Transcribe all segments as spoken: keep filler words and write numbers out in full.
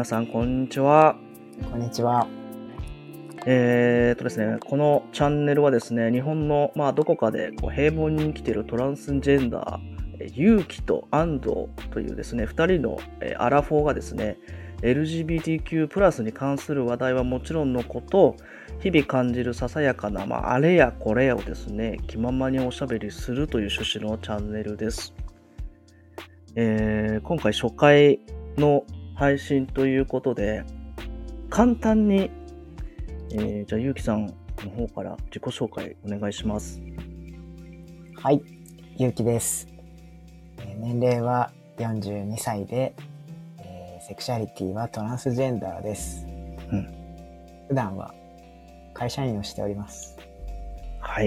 皆さんこんにちは。 こんにちは。 えーとですね、このチャンネルはですね、日本の、まあ、どこかでこう平凡に生きているトランスジェンダー、ゆうきと安藤というですね、ふたりのえーアラフォーがですね、エルジービーティーキュー プラスに関する話題はもちろんのこと、日々感じるささやかな、まあ、あれやこれやをですね、気ままにおしゃべりするという趣旨のチャンネルです。えー今回初回の配信ということで、簡単に、えーじゃあゆうきさんの方から自己紹介お願いします。 はい、ゆうきです。えー年齢はよんじゅうにさいで、えーセクシャリティはトランスジェンダーです。 うん、 普段は会社員をしております。 はい。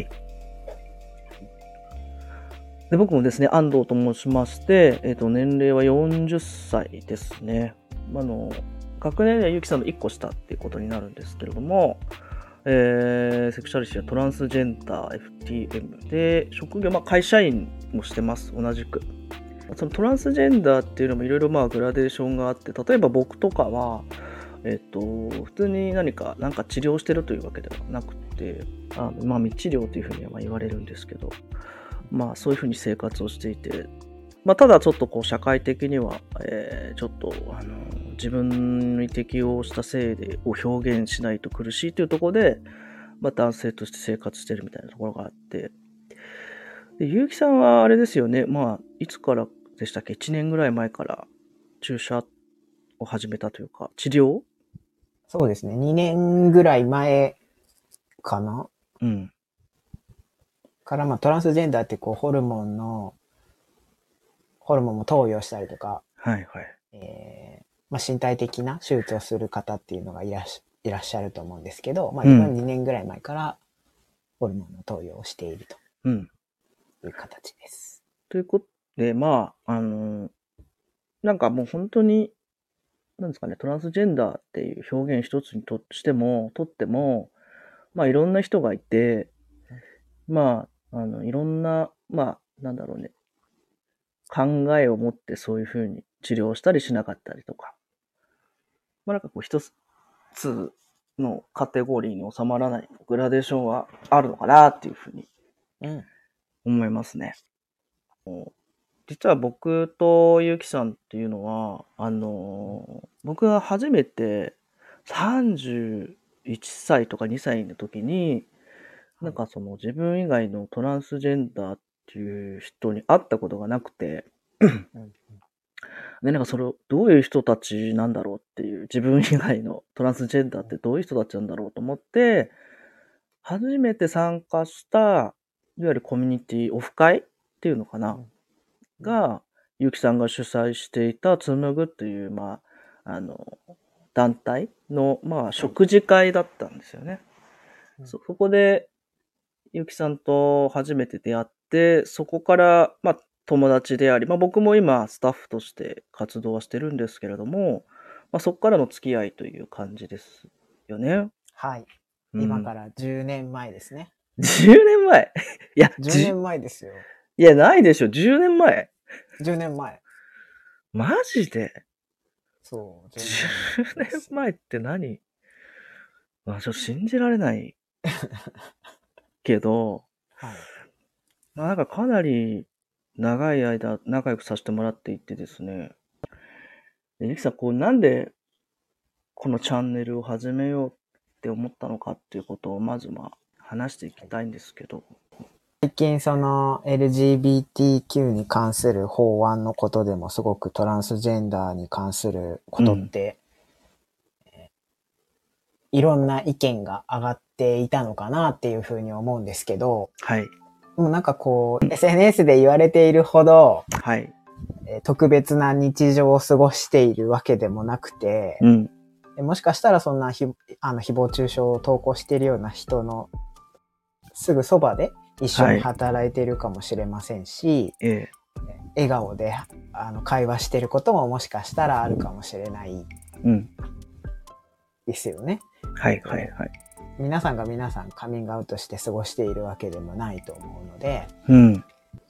で僕もですね、安藤と申しまして、えー、と年齢はよんじゅっさいですね。あの学年ではゆうきさんのいっこ下っていうことになるんですけれども、えーセクシャリティはトランスジェンダー エフティーエム で、職業、まあ、会社員もしてます、同じく。そのトランスジェンダーっていうのもいろいろまあグラデーションがあって、例えば僕とかは、えっと、普通に何か、なんか治療してるというわけではなくて、あのまあ、未治療というふうにはまあ言われるんですけど、まあ、そういうふうに生活をしていて、まあ、ただちょっとこう社会的には、えーちょっとあの自分に適応した性でを表現しないと苦しいというところで、まあ、男性として生活してるみたいなところがあって、で、ゆうきさんはあれですよね、まあ、いつからでしたっけ、いちねんぐらい前から注射を始めたというか、治療そうですね、にねんぐらい前かなうん。 から、まあ、トランスジェンダーってこうホルモンの、ホルモンも投与したりとか、 はいはい。 えーまあ、身体的な手術をする方っていうのがいらっしいらっしゃると思うんですけど、まあ、 うん自分はにねんぐらい前からホルモンの投与をしているうん。 という形です。 ということで、まあ、あのなんかもう本当に、なんですかね、トランスジェンダーっていう表現一つにとしても、とっても、まあいろんな人がいて、まあ、あの、いろんな、まあ、なんだろうね、考えを持ってそういうふうに治療したりしなかったりとか、まあなんかこう一つのカテゴリーに収まらないグラデーションはあるのかなっていうふうにうん思いますね。実は僕とゆうきさんっていうのは、あの、僕が初めてさんじゅういっさいとかにさいの時に、なんかその自分以外のトランスジェンダーっていう人に会ったことがなくて、 うんで、なんかそれをどういう人たちなんだろうっていう、自分以外のトランスジェンダーってどういう人たちなんだろうと思って、初めて参加した、いわゆるコミュニティ、オフ会っていうのかな、が、ゆうきさんが主催していた紡ぐっていう、まあ、あの、団体の、まあ、食事会だったんですよね。 うんそそこで、ゆうきさんと初めて出会って、そこから、まあ、友達であり、まあ、僕も今、スタッフとして活動はしてるんですけれども、まあ、そこからの付き合いという感じですよね。 はい。 うん、 今からじゅうねんまえですね。 じゅうねんまえいや、 じゅうねじんまえですよ。 いや、ないでしょ。じゅうねんまえじゅうねんまえ。 マジでそう、10 ?じゅうねん年ですよ。 前って何あ、ちょっと信じられないけど、 はい。 まあ、なんかかなり長い間仲良くさせてもらっていてですね。でゆきさん、こうなんでこのチャンネルを始めようって思ったのかっていうことをまずまあ話していきたいんですけど。 最近その エルジービーティーキュー に関する法案のことでもすごくトランスジェンダーに関することっうん。 て、いろんな意見が上がっていたのかなっていうふうに思うんですけど、 はい。 でもなんかこう エスエヌエス で言われているほど、 はい。 えー特別な日常を過ごしているわけでもなくて、 うん。 もしかしたらそんなひあの誹謗中傷を投稿しているような人のすぐそばで一緒に働いているかもしれませんし、 ええ。 笑顔であの会話していることももしかしたらあるかもしれないうん。 ですよね。 はいはいはい。 皆さんが皆さんカミングアウトして過ごしているわけでもないと思うので、 うん。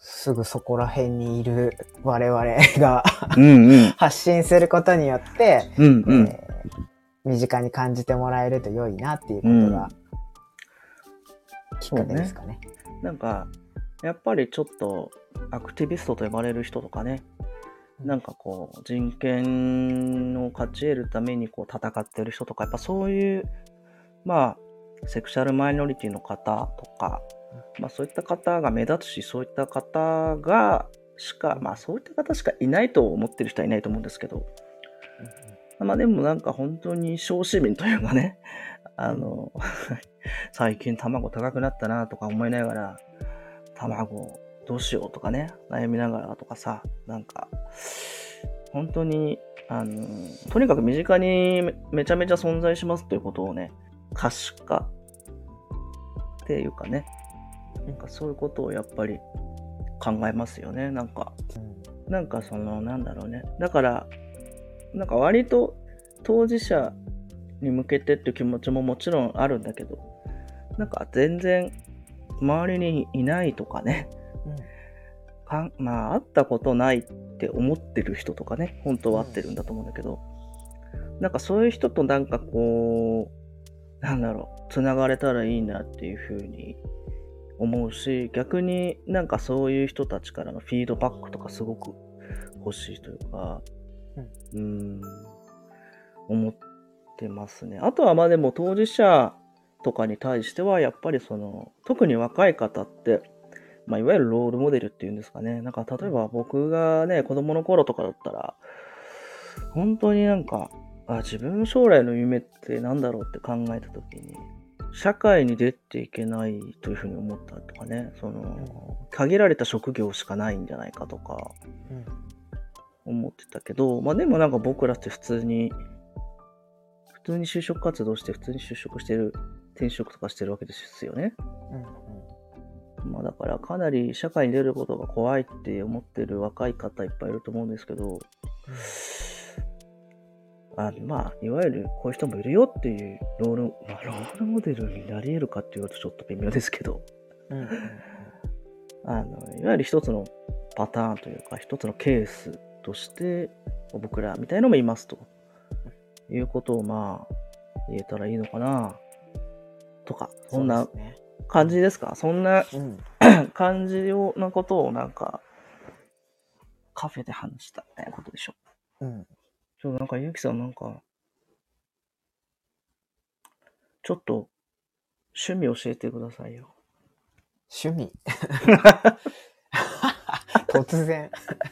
すぐそこら辺にいる我々がうんうん発信することによって、 うんうん、 えー、身近に感じてもらえると良いなっていうことがきっかけですかね。 うん、ね、なんかやっぱりちょっとアクティビストと呼ばれる人とかね、なんかこう人権を勝ち得るためにこう戦ってる人とか、やっぱそういうまあセクシャルマイノリティの方とか、まあそういった方が目立つし、そういった方がしかまあそういった方しかいないと思ってる人はいないと思うんですけど、まあでもなんか本当に小市民というかね、あの最近卵高くなったなとか思いながら、卵どうしようとかね、悩みながらとかさ、なんか本当にあのとにかく身近にめちゃめちゃ存在しますということをね、可視化っていうかね、なんかそういうことをやっぱり考えますよね。なんかなんかそのなんだろうね、だからなんか割と当事者に向けてっていう気持ちももちろんあるんだけど、なんか全然周りにいないとかね、うん、かまあ会ったことないって思ってる人とかね、本当は会ってるんだと思うんだけど、うん、なんかそういう人となんかこうなんだろう、つながれたらいいなっていうふうに思うし、逆になんかそういう人たちからのフィードバックとかすごく欲しいというか、うん、うーん思ってますね。あとはまあでも当事者とかに対してはやっぱりその特に若い方って、まあ、いわゆるロールモデルっていうんですかね。なんか例えば僕がね子供の頃とかだったら本当になんかあ自分の将来の夢ってなんだろうって考えた時に社会に出ていけないというふうに思ったとかね、その限られた職業しかないんじゃないかとか思ってたけど、まあでもなんか僕らって普通に普通に就職活動して普通に就職してる、転職とかしてるわけですよね。うんうん、まあだからかなり社会に出ることが怖いって思ってる若い方いっぱいいると思うんですけど、うん、あまあいわゆるこういう人もいるよっていうロール、まあ、ロールモデルになり得るかっていうとちょっと微妙ですけど、うんうん、あのいわゆる一つのパターンというか一つのケースとして僕らみたいのもいますということをまあ言えたらいいのかなとか、そんな感じですか？そんな、うん、感じのことをなんかカフェで話したみたいなことでしょ。うん。ちょなんかゆうきさんなんかちょっと趣味教えてくださいよ。 趣味突然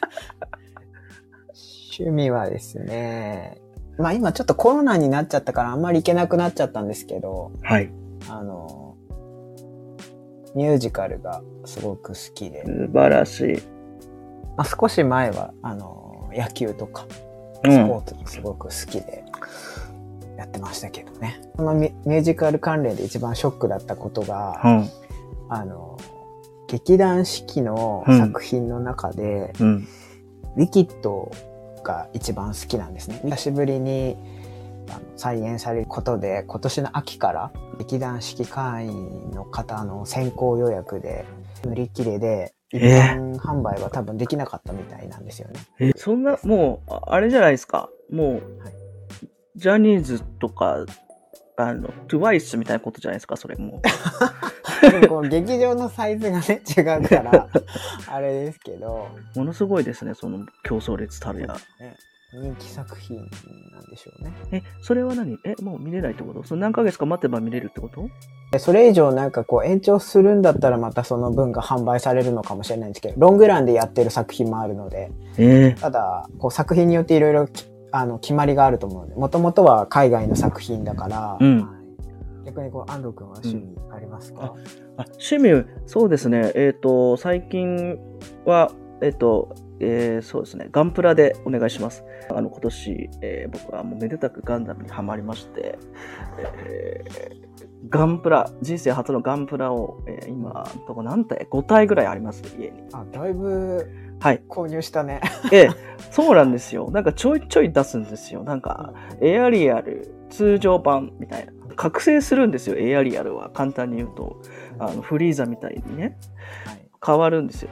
趣味はですね、まあ今ちょっとコロナになっちゃったからあんまり行けなくなっちゃったんですけど、 はい。 あの、ミュージカルがすごく好きで。 素晴らしい。 まあ、少し前は、あの、野球とか、スポーツもすごく好きでやってましたけどね。うん、そのミュージカル関連で一番ショックだったことが、うん、あの、劇団四季の作品の中で、うんうん、ウィキッドが一番好きなんですね。久しぶりにあの再演されることで、今年の秋から劇団四季会員の方の先行予約で売り切れで、一般販売は多分できなかったみたいなんですよね。 えー、そんな、もう、あれじゃないですか。もう、はい、ジャニーズとか、あの、トゥワイスみたいなことじゃないですか、それも。 でもこの劇場のサイズがね、違うから、あれですけど。 ものすごいですね、その競争率たるや。 ね、人気作品なんでしょうね。 え、それは何？え、もう見れないってこと？その何ヶ月か待てば見れるってこと？ それ以上なんかこう延長するんだったらまたその分が販売されるのかもしれないんですけど、ロングランでやってる作品もあるので、 えー、 ただこう作品によっていろいろあの決まりがあると思うので、もともとは海外の作品だから、うん、逆にこう安藤君は趣味ありますか？うん、 ああ趣味、そうですね。えっと、最近は、えっと、えー、そうですね。ガンプラでお願いします。あの、今年、えー、僕はもうめでたくガンダムにハマりまして、えー、ガンプラ、人生初のガンプラを、えー、今、とこ何体 ?ご 体ぐらいあります、家に。 あ、だいぶ、 はい。 購入したね。 ええ、そうなんですよ。なんかちょいちょい出すんですよ。なんか、エアリアル通常版みたいな。覚醒するんですよ、エアリアルは。簡単に言うと。あのフリーザみたいにね。変わるんですよ。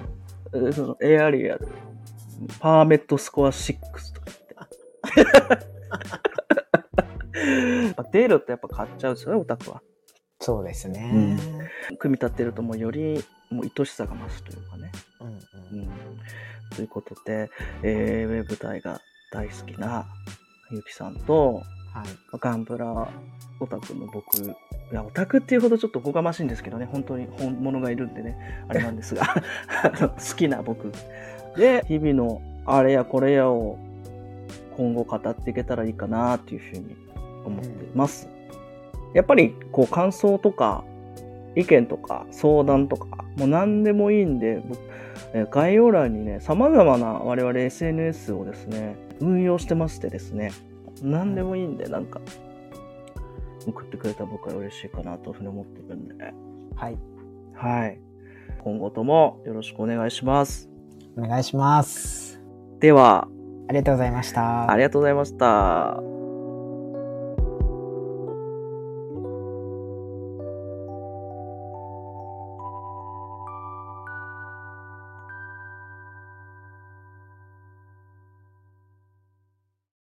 そのエアリアル、パーメットスコアろくとか言って。出るとやっぱ買っちゃうんですよね、オタクは。 そうですね。 うん、組み立てるともうよりもう愛しさが増すというかね。 うんうんうん、ということで、えー、ウェブ体が大好きなゆきさんと、はい、ガンプラオタクの僕、いやオタクっていうほどちょっとおこがましいんですけどね、本当に本物がいるんでね、あれなんですが好きな僕で日々のあれやこれやを今後語っていけたらいいかなっていうふうに思っています。うん、やっぱりこう感想とか意見とか相談とかもう何でもいいんで、概要欄にね、様々な我々 エスエヌエス をですね、運用してましてですね、何でもいいんで、なんか、送ってくれたら僕は嬉しいかなというふうに思ってるんでね。 はい。 はい。今後ともよろしくお願いします。 お願いします。 では、 ありがとうございました。 ありがとうございました。